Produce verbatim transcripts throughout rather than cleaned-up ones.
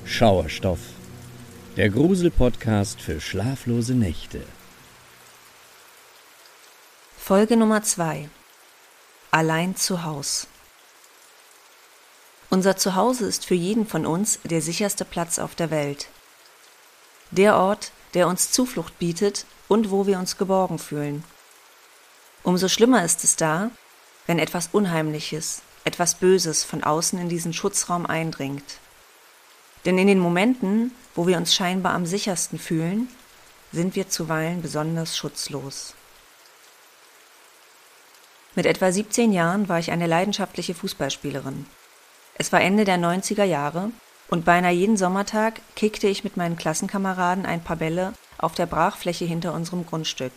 Schauerstoff, der Grusel-Podcast für schlaflose Nächte. Folge Nummer zwei. Allein zu Haus. Unser Zuhause ist für jeden von uns der sicherste Platz auf der Welt. Der Ort, der uns Zuflucht bietet und wo wir uns geborgen fühlen. Umso schlimmer ist es da, wenn etwas Unheimliches, etwas Böses von außen in diesen Schutzraum eindringt. Denn in den Momenten, wo wir uns scheinbar am sichersten fühlen, sind wir zuweilen besonders schutzlos. Mit etwa siebzehn Jahren war ich eine leidenschaftliche Fußballspielerin. Es war Ende der neunziger Jahre und beinahe jeden Sommertag kickte ich mit meinen Klassenkameraden ein paar Bälle auf der Brachfläche hinter unserem Grundstück.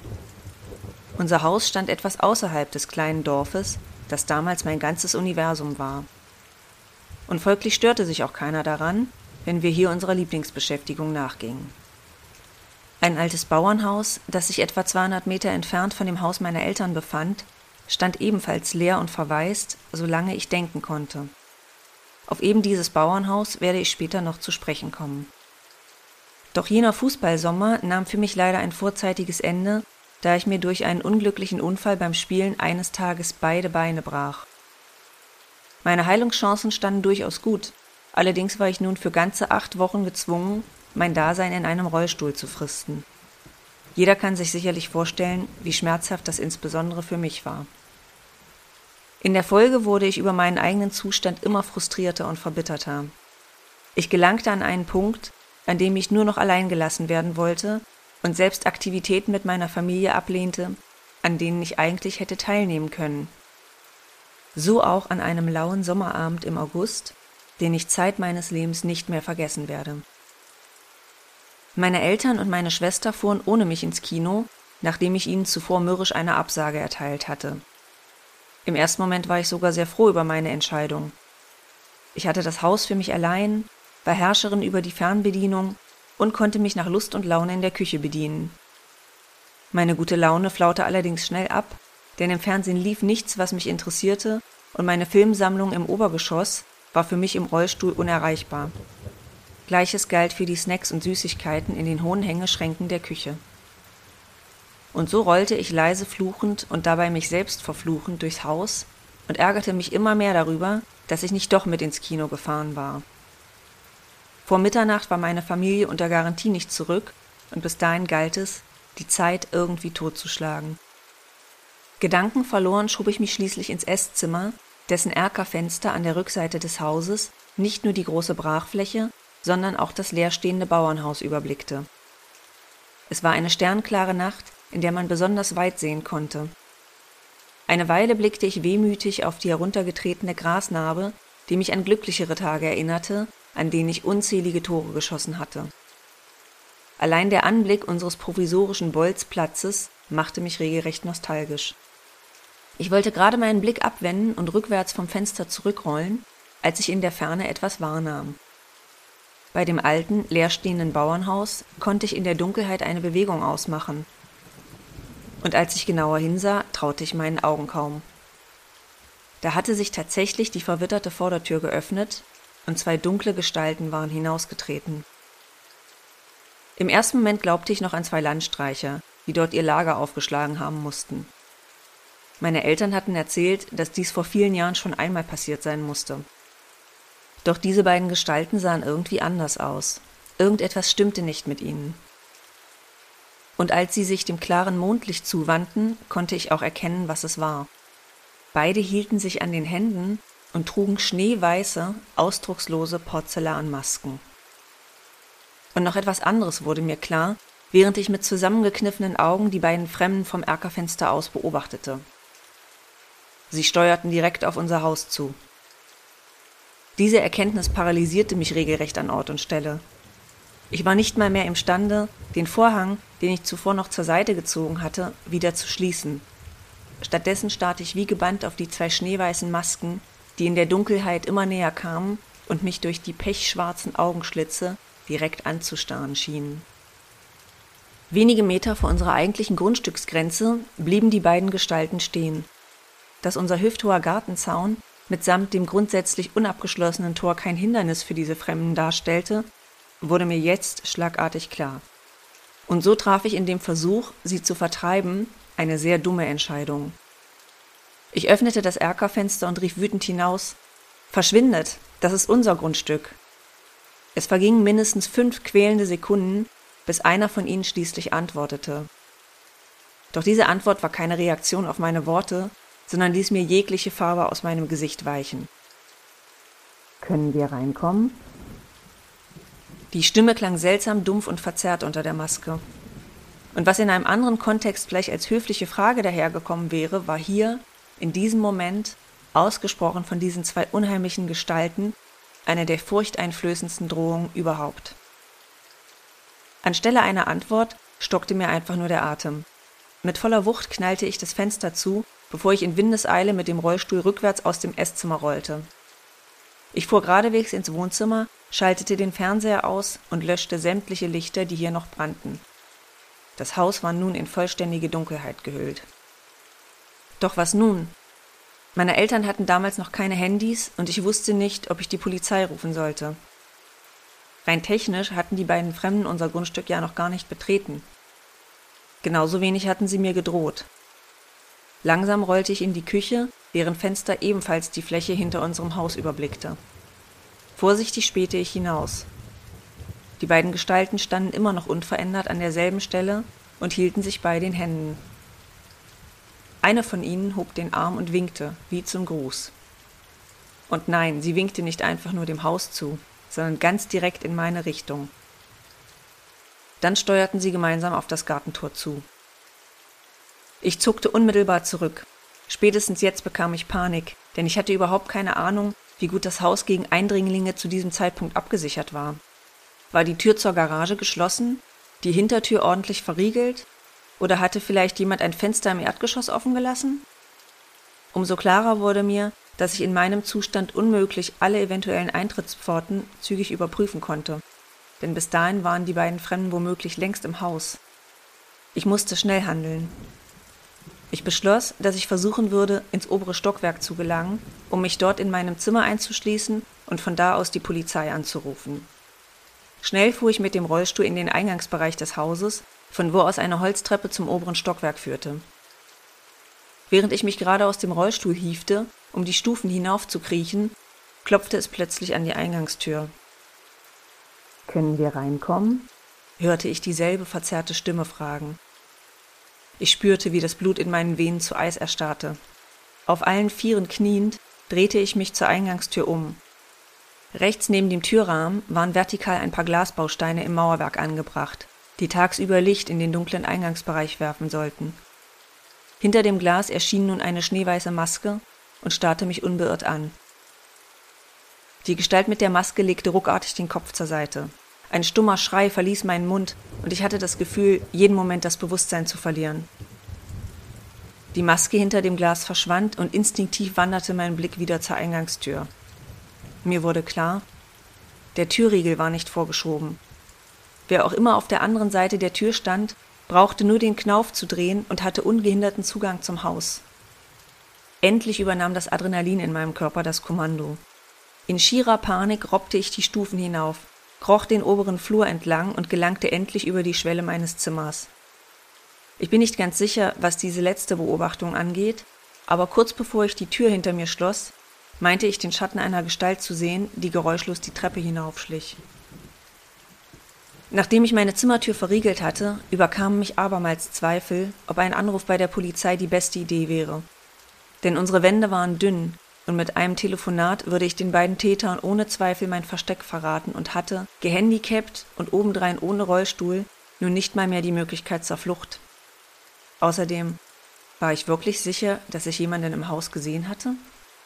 Unser Haus stand etwas außerhalb des kleinen Dorfes, das damals mein ganzes Universum war. Und folglich störte sich auch keiner daran, wenn wir hier unserer Lieblingsbeschäftigung nachgingen. Ein altes Bauernhaus, das sich etwa zweihundert Meter entfernt von dem Haus meiner Eltern befand, stand ebenfalls leer und verwaist, solange ich denken konnte. Auf eben dieses Bauernhaus werde ich später noch zu sprechen kommen. Doch jener Fußballsommer nahm für mich leider ein vorzeitiges Ende, da ich mir durch einen unglücklichen Unfall beim Spielen eines Tages beide Beine brach. Meine Heilungschancen standen durchaus gut, allerdings war ich nun für ganze acht Wochen gezwungen, mein Dasein in einem Rollstuhl zu fristen. Jeder kann sich sicherlich vorstellen, wie schmerzhaft das insbesondere für mich war. In der Folge wurde ich über meinen eigenen Zustand immer frustrierter und verbitterter. Ich gelangte an einen Punkt, an dem ich nur noch allein gelassen werden wollte und selbst Aktivitäten mit meiner Familie ablehnte, an denen ich eigentlich hätte teilnehmen können. So auch an einem lauen Sommerabend im August, den ich Zeit meines Lebens nicht mehr vergessen werde. Meine Eltern und meine Schwester fuhren ohne mich ins Kino, nachdem ich ihnen zuvor mürrisch eine Absage erteilt hatte. Im ersten Moment war ich sogar sehr froh über meine Entscheidung. Ich hatte das Haus für mich allein, war Herrscherin über die Fernbedienung und konnte mich nach Lust und Laune in der Küche bedienen. Meine gute Laune flaute allerdings schnell ab, denn im Fernsehen lief nichts, was mich interessierte, und meine Filmsammlung im Obergeschoss war für mich im Rollstuhl unerreichbar. Gleiches galt für die Snacks und Süßigkeiten in den hohen Hängeschränken der Küche. Und so rollte ich leise fluchend und dabei mich selbst verfluchend durchs Haus und ärgerte mich immer mehr darüber, dass ich nicht doch mit ins Kino gefahren war. Vor Mitternacht war meine Familie unter Garantie nicht zurück und bis dahin galt es, die Zeit irgendwie totzuschlagen. Gedankenverloren schob ich mich schließlich ins Esszimmer, dessen Erkerfenster an der Rückseite des Hauses nicht nur die große Brachfläche, sondern auch das leerstehende Bauernhaus überblickte. Es war eine sternklare Nacht, in der man besonders weit sehen konnte. Eine Weile blickte ich wehmütig auf die heruntergetretene Grasnarbe, die mich an glücklichere Tage erinnerte, an denen ich unzählige Tore geschossen hatte. Allein der Anblick unseres provisorischen Bolzplatzes machte mich regelrecht nostalgisch. Ich wollte gerade meinen Blick abwenden und rückwärts vom Fenster zurückrollen, als ich in der Ferne etwas wahrnahm. Bei dem alten, leerstehenden Bauernhaus konnte ich in der Dunkelheit eine Bewegung ausmachen. Und als ich genauer hinsah, traute ich meinen Augen kaum. Da hatte sich tatsächlich die verwitterte Vordertür geöffnet und zwei dunkle Gestalten waren hinausgetreten. Im ersten Moment glaubte ich noch an zwei Landstreicher, die dort ihr Lager aufgeschlagen haben mussten. Meine Eltern hatten erzählt, dass dies vor vielen Jahren schon einmal passiert sein musste. Doch diese beiden Gestalten sahen irgendwie anders aus. Irgendetwas stimmte nicht mit ihnen. Und als sie sich dem klaren Mondlicht zuwandten, konnte ich auch erkennen, was es war. Beide hielten sich an den Händen und trugen schneeweiße, ausdruckslose Porzellanmasken. Und noch etwas anderes wurde mir klar, während ich mit zusammengekniffenen Augen die beiden Fremden vom Erkerfenster aus beobachtete. Sie steuerten direkt auf unser Haus zu. Diese Erkenntnis paralysierte mich regelrecht an Ort und Stelle. Ich war nicht mal mehr imstande, den Vorhang, den ich zuvor noch zur Seite gezogen hatte, wieder zu schließen. Stattdessen starrte ich wie gebannt auf die zwei schneeweißen Masken, die in der Dunkelheit immer näher kamen und mich durch die pechschwarzen Augenschlitze direkt anzustarren schienen. Wenige Meter vor unserer eigentlichen Grundstücksgrenze blieben die beiden Gestalten stehen. Dass unser hüfthoher Gartenzaun mitsamt dem grundsätzlich unabgeschlossenen Tor kein Hindernis für diese Fremden darstellte, wurde mir jetzt schlagartig klar. Und so traf ich in dem Versuch, sie zu vertreiben, eine sehr dumme Entscheidung. Ich öffnete das Erkerfenster und rief wütend hinaus: »Verschwindet, das ist unser Grundstück!« Es vergingen mindestens fünf quälende Sekunden, bis einer von ihnen schließlich antwortete. Doch diese Antwort war keine Reaktion auf meine Worte, sondern ließ mir jegliche Farbe aus meinem Gesicht weichen. »Können wir reinkommen?« Die Stimme klang seltsam dumpf und verzerrt unter der Maske. Und was in einem anderen Kontext vielleicht als höfliche Frage dahergekommen wäre, war hier, in diesem Moment, ausgesprochen von diesen zwei unheimlichen Gestalten, eine der furchteinflößendsten Drohungen überhaupt. Anstelle einer Antwort stockte mir einfach nur der Atem. Mit voller Wucht knallte ich das Fenster zu, bevor ich in Windeseile mit dem Rollstuhl rückwärts aus dem Esszimmer rollte. Ich fuhr geradewegs ins Wohnzimmer, schaltete den Fernseher aus und löschte sämtliche Lichter, die hier noch brannten. Das Haus war nun in vollständige Dunkelheit gehüllt. Doch was nun? Meine Eltern hatten damals noch keine Handys und ich wusste nicht, ob ich die Polizei rufen sollte. Rein technisch hatten die beiden Fremden unser Grundstück ja noch gar nicht betreten. Genauso wenig hatten sie mir gedroht. Langsam rollte ich in die Küche, deren Fenster ebenfalls die Fläche hinter unserem Haus überblickte. Vorsichtig spähte ich hinaus. Die beiden Gestalten standen immer noch unverändert an derselben Stelle und hielten sich bei den Händen. Eine von ihnen hob den Arm und winkte, wie zum Gruß. Und nein, sie winkte nicht einfach nur dem Haus zu, sondern ganz direkt in meine Richtung. Dann steuerten sie gemeinsam auf das Gartentor zu. Ich zuckte unmittelbar zurück. Spätestens jetzt bekam ich Panik, denn ich hatte überhaupt keine Ahnung, wie gut das Haus gegen Eindringlinge zu diesem Zeitpunkt abgesichert war. War die Tür zur Garage geschlossen, die Hintertür ordentlich verriegelt, oder hatte vielleicht jemand ein Fenster im Erdgeschoss offen gelassen? Umso klarer wurde mir, dass ich in meinem Zustand unmöglich alle eventuellen Eintrittspforten zügig überprüfen konnte, denn bis dahin waren die beiden Fremden womöglich längst im Haus. Ich musste schnell handeln. Ich beschloss, dass ich versuchen würde, ins obere Stockwerk zu gelangen, um mich dort in meinem Zimmer einzuschließen und von da aus die Polizei anzurufen. Schnell fuhr ich mit dem Rollstuhl in den Eingangsbereich des Hauses, von wo aus eine Holztreppe zum oberen Stockwerk führte. Während ich mich gerade aus dem Rollstuhl hiefte, um die Stufen hinauf zu kriechen, klopfte es plötzlich an die Eingangstür. »Können wir reinkommen?« hörte ich dieselbe verzerrte Stimme fragen. Ich spürte, wie das Blut in meinen Venen zu Eis erstarrte. Auf allen Vieren kniend drehte ich mich zur Eingangstür um. Rechts neben dem Türrahmen waren vertikal ein paar Glasbausteine im Mauerwerk angebracht, die tagsüber Licht in den dunklen Eingangsbereich werfen sollten. Hinter dem Glas erschien nun eine schneeweiße Maske und starrte mich unbeirrt an. Die Gestalt mit der Maske legte ruckartig den Kopf zur Seite. Ein stummer Schrei verließ meinen Mund und ich hatte das Gefühl, jeden Moment das Bewusstsein zu verlieren. Die Maske hinter dem Glas verschwand und instinktiv wanderte mein Blick wieder zur Eingangstür. Mir wurde klar, der Türriegel war nicht vorgeschoben. Wer auch immer auf der anderen Seite der Tür stand, brauchte nur den Knauf zu drehen und hatte ungehinderten Zugang zum Haus. Endlich übernahm das Adrenalin in meinem Körper das Kommando. In schierer Panik robbte ich die Stufen hinauf, kroch den oberen Flur entlang und gelangte endlich über die Schwelle meines Zimmers. Ich bin nicht ganz sicher, was diese letzte Beobachtung angeht, aber kurz bevor ich die Tür hinter mir schloss, meinte ich den Schatten einer Gestalt zu sehen, die geräuschlos die Treppe hinaufschlich. Nachdem ich meine Zimmertür verriegelt hatte, überkamen mich abermals Zweifel, ob ein Anruf bei der Polizei die beste Idee wäre. Denn unsere Wände waren dünn, und mit einem Telefonat würde ich den beiden Tätern ohne Zweifel mein Versteck verraten und hatte, gehandicapt und obendrein ohne Rollstuhl, nun nicht mal mehr die Möglichkeit zur Flucht. Außerdem, war ich wirklich sicher, dass ich jemanden im Haus gesehen hatte?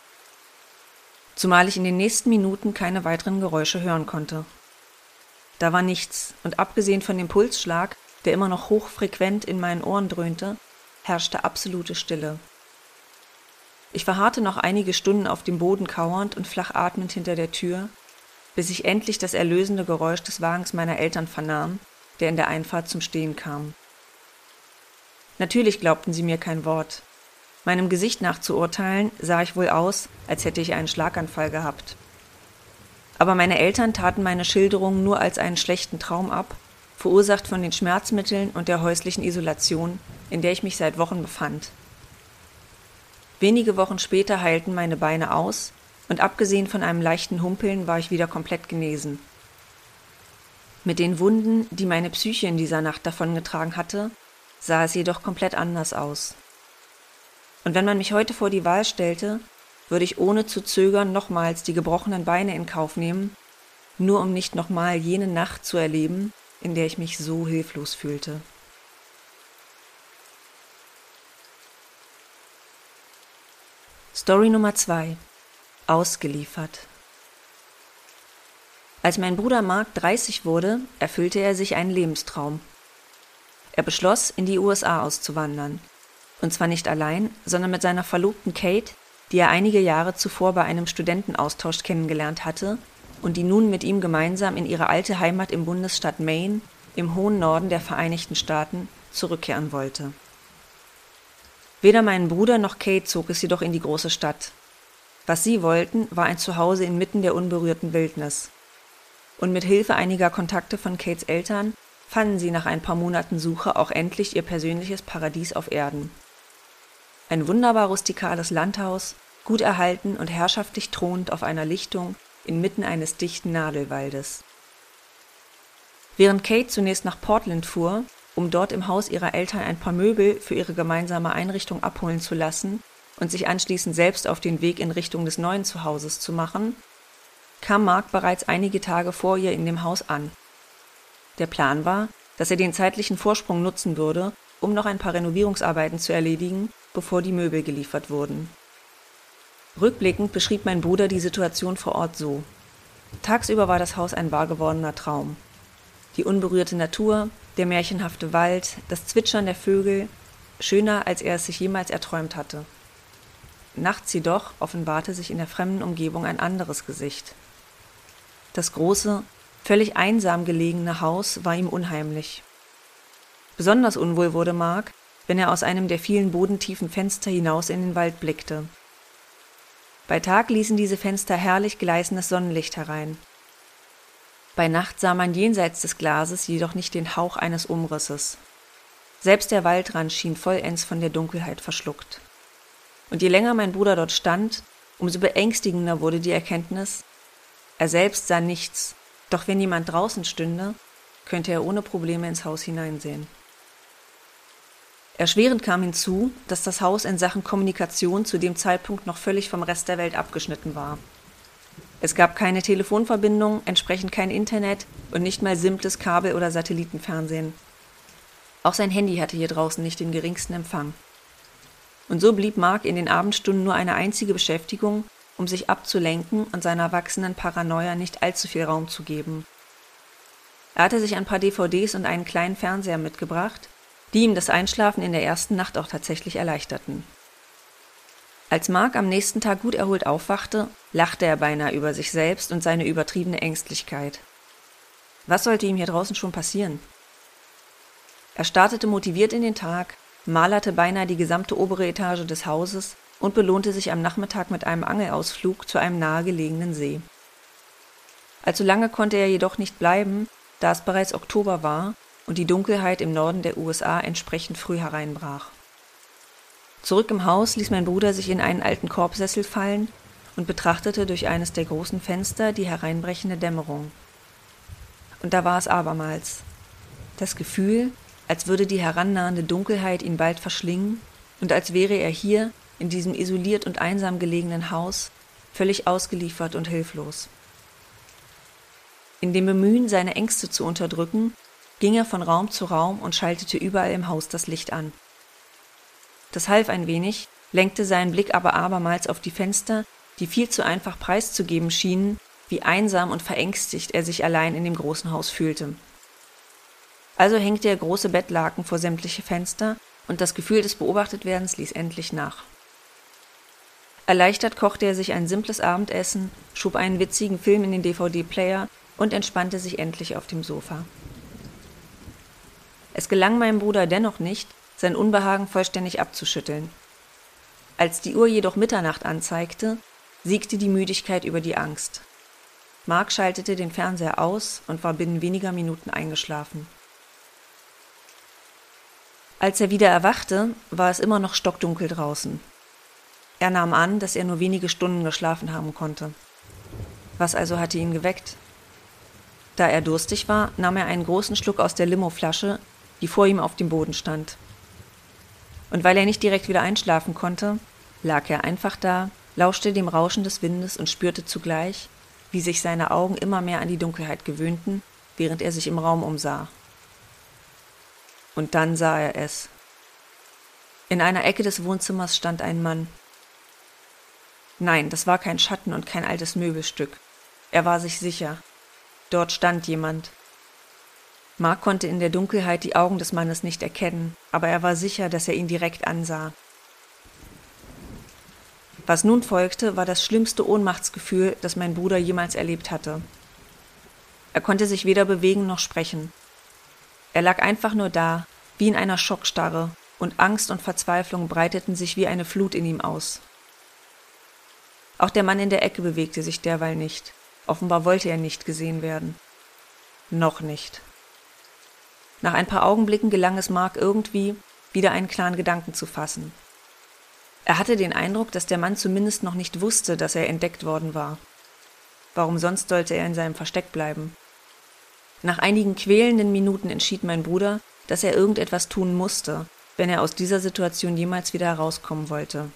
Zumal ich in den nächsten Minuten keine weiteren Geräusche hören konnte. Da war nichts, und abgesehen von dem Pulsschlag, der immer noch hochfrequent in meinen Ohren dröhnte, herrschte absolute Stille. Ich verharrte noch einige Stunden auf dem Boden kauernd und flach atmend hinter der Tür, bis ich endlich das erlösende Geräusch des Wagens meiner Eltern vernahm, der in der Einfahrt zum Stehen kam. Natürlich glaubten sie mir kein Wort. Meinem Gesicht nach zu urteilen, sah ich wohl aus, als hätte ich einen Schlaganfall gehabt. Aber meine Eltern taten meine Schilderung nur als einen schlechten Traum ab, verursacht von den Schmerzmitteln und der häuslichen Isolation, in der ich mich seit Wochen befand. Wenige Wochen später heilten meine Beine aus und abgesehen von einem leichten Humpeln war ich wieder komplett genesen. Mit den Wunden, die meine Psyche in dieser Nacht davongetragen hatte, sah es jedoch komplett anders aus. Und wenn man mich heute vor die Wahl stellte, würde ich ohne zu zögern nochmals die gebrochenen Beine in Kauf nehmen, nur um nicht nochmal jene Nacht zu erleben, in der ich mich so hilflos fühlte. Story Nummer zwei. Ausgeliefert. Als mein Bruder Mark dreißig wurde, erfüllte er sich einen Lebenstraum. Er beschloss, in die U S A auszuwandern. Und zwar nicht allein, sondern mit seiner Verlobten Kate, die er einige Jahre zuvor bei einem Studentenaustausch kennengelernt hatte und die nun mit ihm gemeinsam in ihre alte Heimat im Bundesstaat Maine, im hohen Norden der Vereinigten Staaten, zurückkehren wollte. Weder mein Bruder noch Kate zog es jedoch in die große Stadt. Was sie wollten, war ein Zuhause inmitten der unberührten Wildnis. Und mit Hilfe einiger Kontakte von Kates Eltern fanden sie nach ein paar Monaten Suche auch endlich ihr persönliches Paradies auf Erden. Ein wunderbar rustikales Landhaus, gut erhalten und herrschaftlich thronend auf einer Lichtung inmitten eines dichten Nadelwaldes. Während Kate zunächst nach Portland fuhr, um dort im Haus ihrer Eltern ein paar Möbel für ihre gemeinsame Einrichtung abholen zu lassen und sich anschließend selbst auf den Weg in Richtung des neuen Zuhauses zu machen, kam Mark bereits einige Tage vor ihr in dem Haus an. Der Plan war, dass er den zeitlichen Vorsprung nutzen würde, um noch ein paar Renovierungsarbeiten zu erledigen, bevor die Möbel geliefert wurden. Rückblickend beschrieb mein Bruder die Situation vor Ort so: Tagsüber war das Haus ein wahr gewordener Traum. Die unberührte Natur, der märchenhafte Wald, das Zwitschern der Vögel, schöner, als er es sich jemals erträumt hatte. Nachts jedoch offenbarte sich in der fremden Umgebung ein anderes Gesicht. Das große, völlig einsam gelegene Haus war ihm unheimlich. Besonders unwohl wurde Mark, wenn er aus einem der vielen bodentiefen Fenster hinaus in den Wald blickte. Bei Tag ließen diese Fenster herrlich gleißendes Sonnenlicht herein. Bei Nacht sah man jenseits des Glases jedoch nicht den Hauch eines Umrisses. Selbst der Waldrand schien vollends von der Dunkelheit verschluckt. Und je länger mein Bruder dort stand, umso beängstigender wurde die Erkenntnis: Er selbst sah nichts, doch wenn jemand draußen stünde, könnte er ohne Probleme ins Haus hineinsehen. Erschwerend kam hinzu, dass das Haus in Sachen Kommunikation zu dem Zeitpunkt noch völlig vom Rest der Welt abgeschnitten war. Es gab keine Telefonverbindung, entsprechend kein Internet und nicht mal simples Kabel- oder Satellitenfernsehen. Auch sein Handy hatte hier draußen nicht den geringsten Empfang. Und so blieb Mark in den Abendstunden nur eine einzige Beschäftigung, um sich abzulenken und seiner wachsenden Paranoia nicht allzu viel Raum zu geben. Er hatte sich ein paar D V Ds und einen kleinen Fernseher mitgebracht, die ihm das Einschlafen in der ersten Nacht auch tatsächlich erleichterten. Als Mark am nächsten Tag gut erholt aufwachte, lachte er beinahe über sich selbst und seine übertriebene Ängstlichkeit. Was sollte ihm hier draußen schon passieren? Er startete motiviert in den Tag, malerte beinahe die gesamte obere Etage des Hauses und belohnte sich am Nachmittag mit einem Angelausflug zu einem nahegelegenen See. Allzu lange konnte er jedoch nicht bleiben, da es bereits Oktober war und die Dunkelheit im Norden der U S A entsprechend früh hereinbrach. Zurück im Haus ließ mein Bruder sich in einen alten Korbsessel fallen und betrachtete durch eines der großen Fenster die hereinbrechende Dämmerung. Und da war es abermals. Das Gefühl, als würde die herannahende Dunkelheit ihn bald verschlingen und als wäre er hier, in diesem isoliert und einsam gelegenen Haus, völlig ausgeliefert und hilflos. In dem Bemühen, seine Ängste zu unterdrücken, ging er von Raum zu Raum und schaltete überall im Haus das Licht an. Das half ein wenig, lenkte seinen Blick aber abermals auf die Fenster, die viel zu einfach preiszugeben schienen, wie einsam und verängstigt er sich allein in dem großen Haus fühlte. Also hängte er große Bettlaken vor sämtliche Fenster und das Gefühl des Beobachtetwerdens ließ endlich nach. Erleichtert kochte er sich ein simples Abendessen, schob einen witzigen Film in den D V D-Player und entspannte sich endlich auf dem Sofa. Es gelang meinem Bruder dennoch nicht, sein Unbehagen vollständig abzuschütteln. Als die Uhr jedoch Mitternacht anzeigte, siegte die Müdigkeit über die Angst. Mark schaltete den Fernseher aus und war binnen weniger Minuten eingeschlafen. Als er wieder erwachte, war es immer noch stockdunkel draußen. Er nahm an, dass er nur wenige Stunden geschlafen haben konnte. Was also hatte ihn geweckt? Da er durstig war, nahm er einen großen Schluck aus der Limoflasche, die vor ihm auf dem Boden stand. Und weil er nicht direkt wieder einschlafen konnte, lag er einfach da, lauschte dem Rauschen des Windes und spürte zugleich, wie sich seine Augen immer mehr an die Dunkelheit gewöhnten, während er sich im Raum umsah. Und dann sah er es. In einer Ecke des Wohnzimmers stand ein Mann. Nein, das war kein Schatten und kein altes Möbelstück. Er war sich sicher. Dort stand jemand. Mark konnte in der Dunkelheit die Augen des Mannes nicht erkennen, aber er war sicher, dass er ihn direkt ansah. Was nun folgte, war das schlimmste Ohnmachtsgefühl, das mein Bruder jemals erlebt hatte. Er konnte sich weder bewegen noch sprechen. Er lag einfach nur da, wie in einer Schockstarre, und Angst und Verzweiflung breiteten sich wie eine Flut in ihm aus. Auch der Mann in der Ecke bewegte sich derweil nicht. Offenbar wollte er nicht gesehen werden. Noch nicht. Nach ein paar Augenblicken gelang es Mark irgendwie, wieder einen klaren Gedanken zu fassen. Er hatte den Eindruck, dass der Mann zumindest noch nicht wusste, dass er entdeckt worden war. Warum sonst sollte er in seinem Versteck bleiben? Nach einigen quälenden Minuten entschied mein Bruder, dass er irgendetwas tun musste, wenn er aus dieser Situation jemals wieder herauskommen wollte.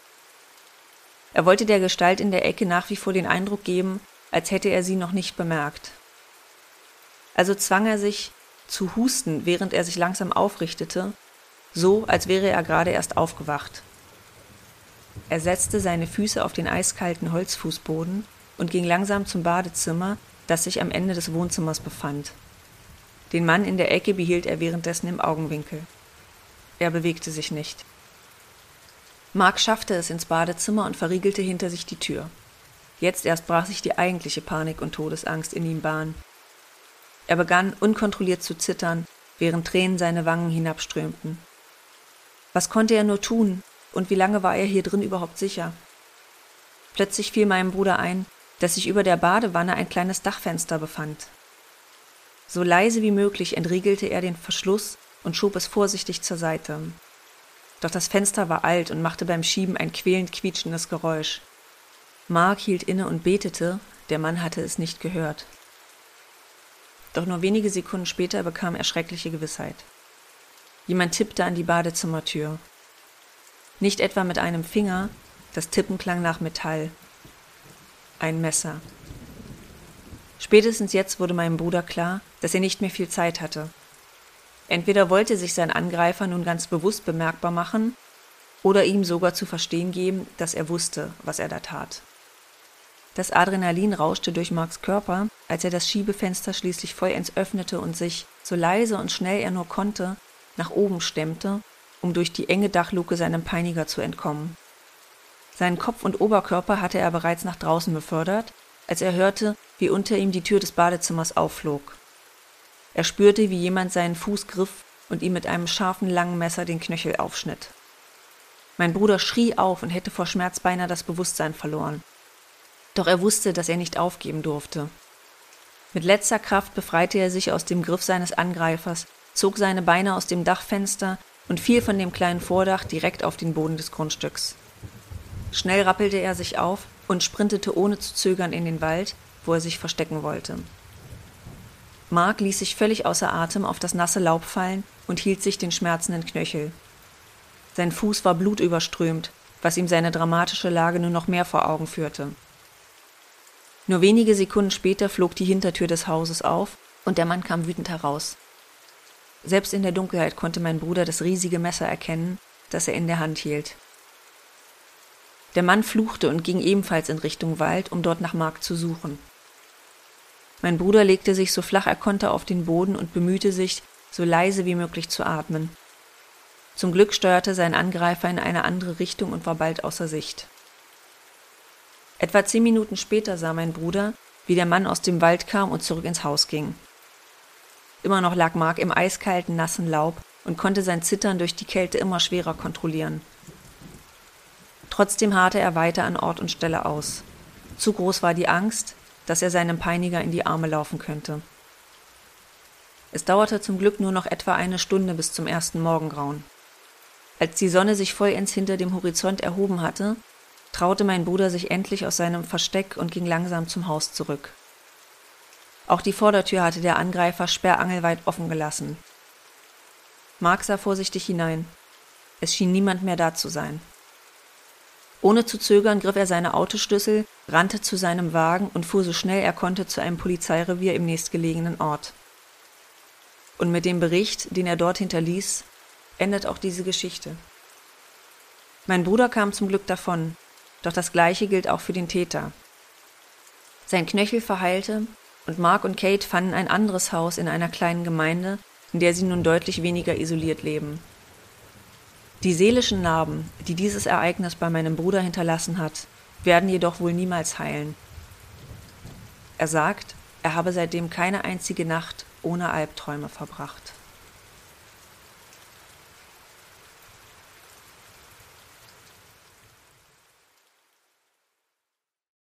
Er wollte der Gestalt in der Ecke nach wie vor den Eindruck geben, als hätte er sie noch nicht bemerkt. Also zwang er sich, zu husten, während er sich langsam aufrichtete, so als wäre er gerade erst aufgewacht. Er setzte seine Füße auf den eiskalten Holzfußboden und ging langsam zum Badezimmer, das sich am Ende des Wohnzimmers befand. Den Mann in der Ecke behielt er währenddessen im Augenwinkel. Er bewegte sich nicht. Mark schaffte es ins Badezimmer und verriegelte hinter sich die Tür. Jetzt erst brach sich die eigentliche Panik und Todesangst in ihm Bahn. Er begann unkontrolliert zu zittern, während Tränen seine Wangen hinabströmten. Was konnte er nur tun? Und wie lange war er hier drin überhaupt sicher? Plötzlich fiel meinem Bruder ein, dass sich über der Badewanne ein kleines Dachfenster befand. So leise wie möglich entriegelte er den Verschluss und schob es vorsichtig zur Seite. Doch das Fenster war alt und machte beim Schieben ein quälend quietschendes Geräusch. Mark hielt inne und betete, der Mann hatte es nicht gehört. Doch nur wenige Sekunden später bekam er schreckliche Gewissheit. Jemand tippte an die Badezimmertür. Nicht etwa mit einem Finger, das Tippen klang nach Metall. Ein Messer. Spätestens jetzt wurde meinem Bruder klar, dass er nicht mehr viel Zeit hatte. Entweder wollte sich sein Angreifer nun ganz bewusst bemerkbar machen oder ihm sogar zu verstehen geben, dass er wusste, was er da tat. Das Adrenalin rauschte durch Marks Körper, als er das Schiebefenster schließlich vollends öffnete und sich, so leise und schnell er nur konnte, nach oben stemmte, um durch die enge Dachluke seinem Peiniger zu entkommen. Seinen Kopf und Oberkörper hatte er bereits nach draußen befördert, als er hörte, wie unter ihm die Tür des Badezimmers aufflog. Er spürte, wie jemand seinen Fuß griff und ihm mit einem scharfen, langen Messer den Knöchel aufschnitt. Mein Bruder schrie auf und hätte vor Schmerz beinahe das Bewusstsein verloren. Doch er wusste, dass er nicht aufgeben durfte. Mit letzter Kraft befreite er sich aus dem Griff seines Angreifers, zog seine Beine aus dem Dachfenster und fiel von dem kleinen Vordach direkt auf den Boden des Grundstücks. Schnell rappelte er sich auf und sprintete ohne zu zögern in den Wald, wo er sich verstecken wollte. Mark ließ sich völlig außer Atem auf das nasse Laub fallen und hielt sich den schmerzenden Knöchel. Sein Fuß war blutüberströmt, was ihm seine dramatische Lage nur noch mehr vor Augen führte. Nur wenige Sekunden später flog die Hintertür des Hauses auf und der Mann kam wütend heraus. Selbst in der Dunkelheit konnte mein Bruder das riesige Messer erkennen, das er in der Hand hielt. Der Mann fluchte und ging ebenfalls in Richtung Wald, um dort nach Mark zu suchen. Mein Bruder legte sich so flach er konnte auf den Boden und bemühte sich, so leise wie möglich zu atmen. Zum Glück steuerte sein Angreifer in eine andere Richtung und war bald außer Sicht. Etwa zehn Minuten später sah mein Bruder, wie der Mann aus dem Wald kam und zurück ins Haus ging. Immer noch lag Mark im eiskalten, nassen Laub und konnte sein Zittern durch die Kälte immer schwerer kontrollieren. Trotzdem harrte er weiter an Ort und Stelle aus. Zu groß war die Angst, dass er seinem Peiniger in die Arme laufen könnte. Es dauerte zum Glück nur noch etwa eine Stunde bis zum ersten Morgengrauen. Als die Sonne sich vollends hinter dem Horizont erhoben hatte, traute mein Bruder sich endlich aus seinem Versteck und ging langsam zum Haus zurück. Auch die Vordertür hatte der Angreifer sperrangelweit offen gelassen. Mark sah vorsichtig hinein. Es schien niemand mehr da zu sein. Ohne zu zögern griff er seine Autoschlüssel, rannte zu seinem Wagen und fuhr so schnell er konnte zu einem Polizeirevier im nächstgelegenen Ort. Und mit dem Bericht, den er dort hinterließ, endet auch diese Geschichte. Mein Bruder kam zum Glück davon, doch das Gleiche gilt auch für den Täter. Sein Knöchel verheilte und Mark und Kate fanden ein anderes Haus in einer kleinen Gemeinde, in der sie nun deutlich weniger isoliert leben. Die seelischen Narben, die dieses Ereignis bei meinem Bruder hinterlassen hat, werden jedoch wohl niemals heilen. Er sagt, er habe seitdem keine einzige Nacht ohne Albträume verbracht.